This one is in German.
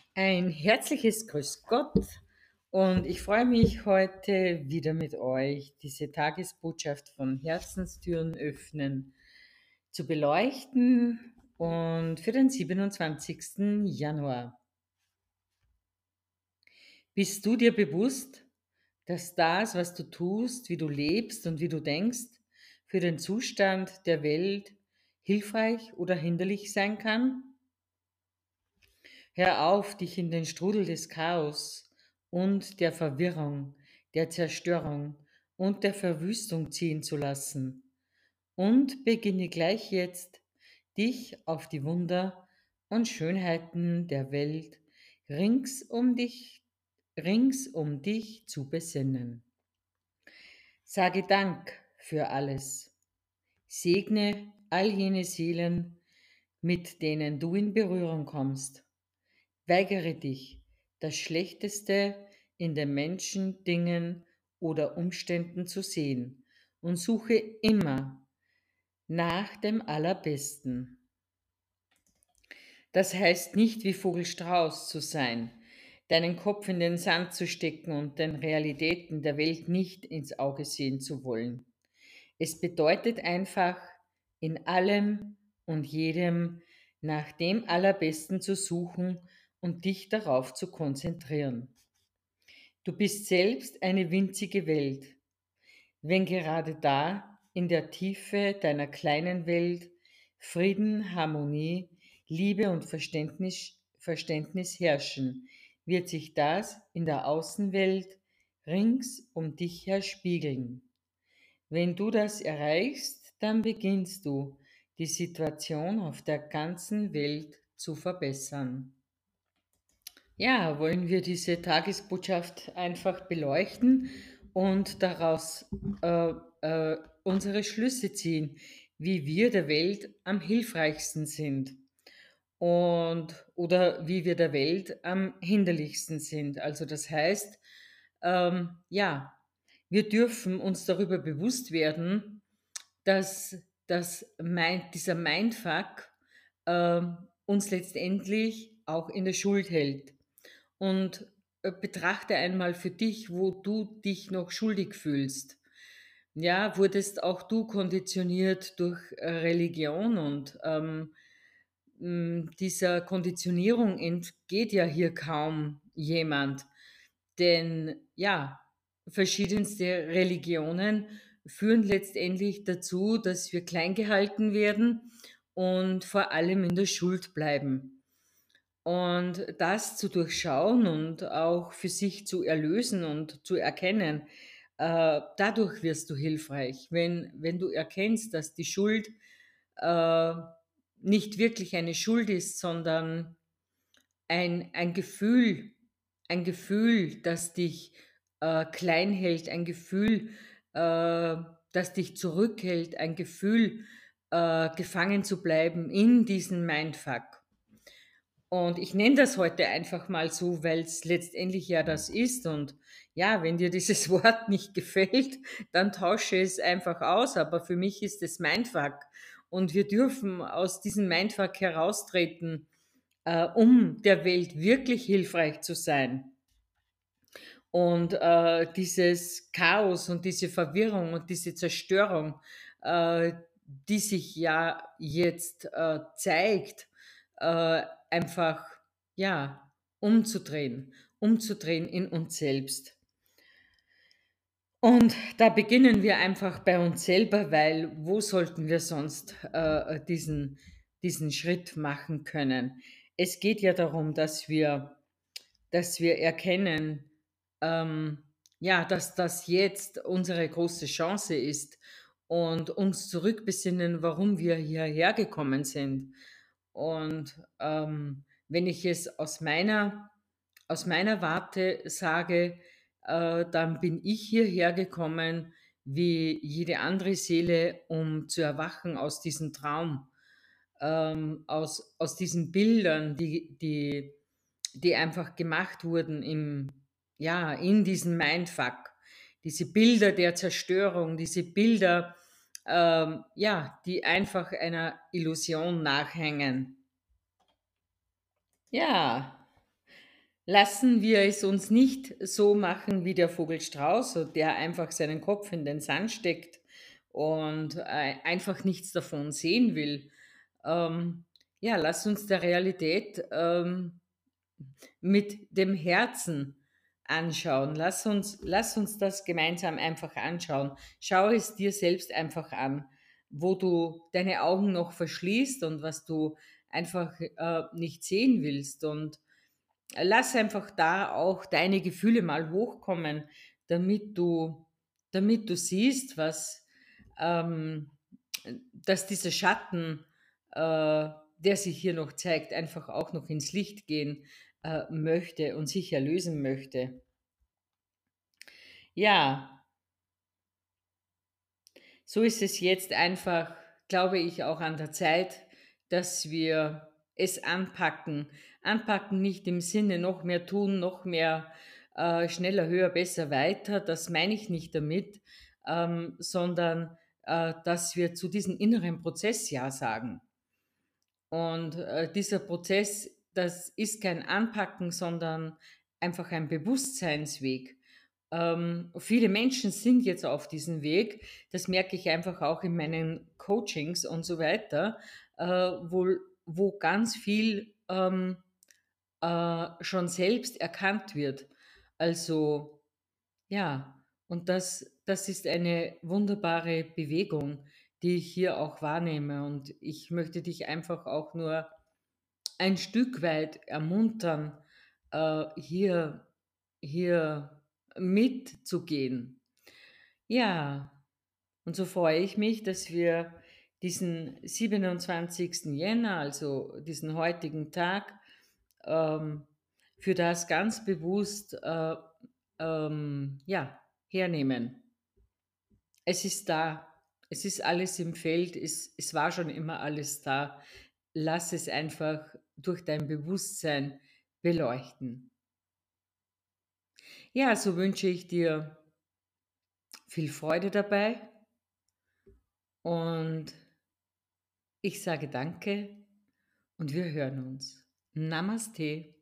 Ein herzliches Grüß Gott und ich freue mich heute wieder mit euch, diese Tagesbotschaft von Herzenstüren öffnen zu beleuchten und für den 27. Januar. Bist du dir bewusst, dass das, was du tust, wie du lebst und wie du denkst, für den Zustand der Welt hilfreich oder hinderlich sein kann? Hör auf, dich in den Strudel des Chaos und der Verwirrung, der Zerstörung und der Verwüstung ziehen zu lassen und beginne gleich jetzt, dich auf die Wunder und Schönheiten der Welt rings um dich zu besinnen. Sage Dank für alles. Segne all jene Seelen, mit denen du in Berührung kommst. Weigere dich, das Schlechteste in den Menschen, Dingen oder Umständen zu sehen und suche immer nach dem Allerbesten. Das heißt nicht wie Vogel Strauß zu sein, deinen Kopf in den Sand zu stecken und den Realitäten der Welt nicht ins Auge sehen zu wollen. Es bedeutet einfach, in allem und jedem nach dem Allerbesten zu suchen und dich darauf zu konzentrieren. Du bist selbst eine winzige Welt, wenn gerade da in der Tiefe deiner kleinen Welt Frieden, Harmonie, Liebe und Verständnis herrschen, wird sich das in der Außenwelt rings um dich her spiegeln. Wenn du das erreichst, dann beginnst du, die Situation auf der ganzen Welt zu verbessern. Ja, wollen wir diese Tagesbotschaft einfach beleuchten und daraus unsere Schlüsse ziehen, wie wir der Welt am hilfreichsten sind und oder wie wir der Welt am hinderlichsten sind. Also das heißt, ja, wir dürfen uns darüber bewusst werden, dass dieser Mindfuck uns letztendlich auch in der Schuld hält. Und betrachte einmal für dich, wo du dich noch schuldig fühlst. Ja, wurdest auch du konditioniert durch Religion und dieser Konditionierung entgeht ja hier kaum jemand. Denn ja, verschiedenste Religionen führen letztendlich dazu, dass wir klein gehalten werden und vor allem in der Schuld bleiben. Und das zu durchschauen und auch für sich zu erlösen und zu erkennen, dadurch wirst du hilfreich. Wenn du erkennst, dass die Schuld äh, nicht wirklich eine Schuld ist, sondern ein Gefühl, das dich klein hält, ein Gefühl, das dich zurückhält, ein Gefühl, gefangen zu bleiben in diesem Mindfuck. Und ich nenne das heute einfach mal so, weil es letztendlich ja das ist. Und ja, wenn dir dieses Wort nicht gefällt, dann tausche es einfach aus. Aber für mich ist es Mindfuck. Und wir dürfen aus diesem Mindfuck heraustreten, um der Welt wirklich hilfreich zu sein. Und dieses Chaos und diese Verwirrung und diese Zerstörung, die sich ja jetzt zeigt, einfach ja umzudrehen in uns selbst. Und da beginnen wir einfach bei uns selber, weil wo sollten wir sonst diesen Schritt machen können? Es geht ja darum, dass wir erkennen, ähm, ja, dass das jetzt unsere große Chance ist und uns zurückbesinnen, warum wir hierher gekommen sind. Und wenn ich es aus meiner Warte sage, dann bin ich hierher gekommen wie jede andere Seele, um zu erwachen aus diesem Traum, aus diesen Bildern, die einfach gemacht wurden ja, in diesem Mindfuck. Diese Bilder der Zerstörung, diese Bilder, ja, die einfach einer Illusion nachhängen. Ja, Lassen wir es uns nicht so machen wie der Vogel Strauß, so der einfach seinen Kopf in den Sand steckt und, einfach nichts davon sehen will. Ähm, ja, lass uns der Realität, mit dem Herzen anschauen. Lass uns das gemeinsam einfach anschauen. Schau es dir selbst einfach an, wo du deine Augen noch verschließt und was du einfach, nicht sehen willst. Und lass einfach da auch deine Gefühle mal hochkommen, damit du damit du siehst, ähm dass dieser Schatten, der sich hier noch zeigt, einfach auch noch ins Licht gehen, möchte und sich erlösen möchte. Ja, so ist es jetzt einfach, glaube ich, auch an der Zeit, dass wir es anpacken. Anpacken nicht im Sinne noch mehr tun, noch mehr, schneller, höher, besser, weiter. Das meine ich nicht damit, sondern, dass wir zu diesem inneren Prozess ja sagen. Und, dieser Prozess, das ist kein Anpacken, sondern einfach ein Bewusstseinsweg. Viele Menschen sind jetzt auf diesem Weg. Das merke ich einfach auch in meinen Coachings und so weiter, wo ganz viel, schon selbst erkannt wird. Also, ja, und das ist eine wunderbare Bewegung, die ich hier auch wahrnehme. Und ich möchte dich einfach auch nur ein Stück weit ermuntern, hier mitzugehen. Ja, und so freue ich mich, dass wir diesen 27. Jänner, also diesen heutigen Tag, ähm, für das ganz bewusst, ja, hernehmen. Es ist da. Es ist alles im Feld. Es war schon immer alles da. Lass es einfach durch dein Bewusstsein beleuchten. Ja, so wünsche ich dir viel Freude dabei und ich sage danke und wir hören uns. Namaste.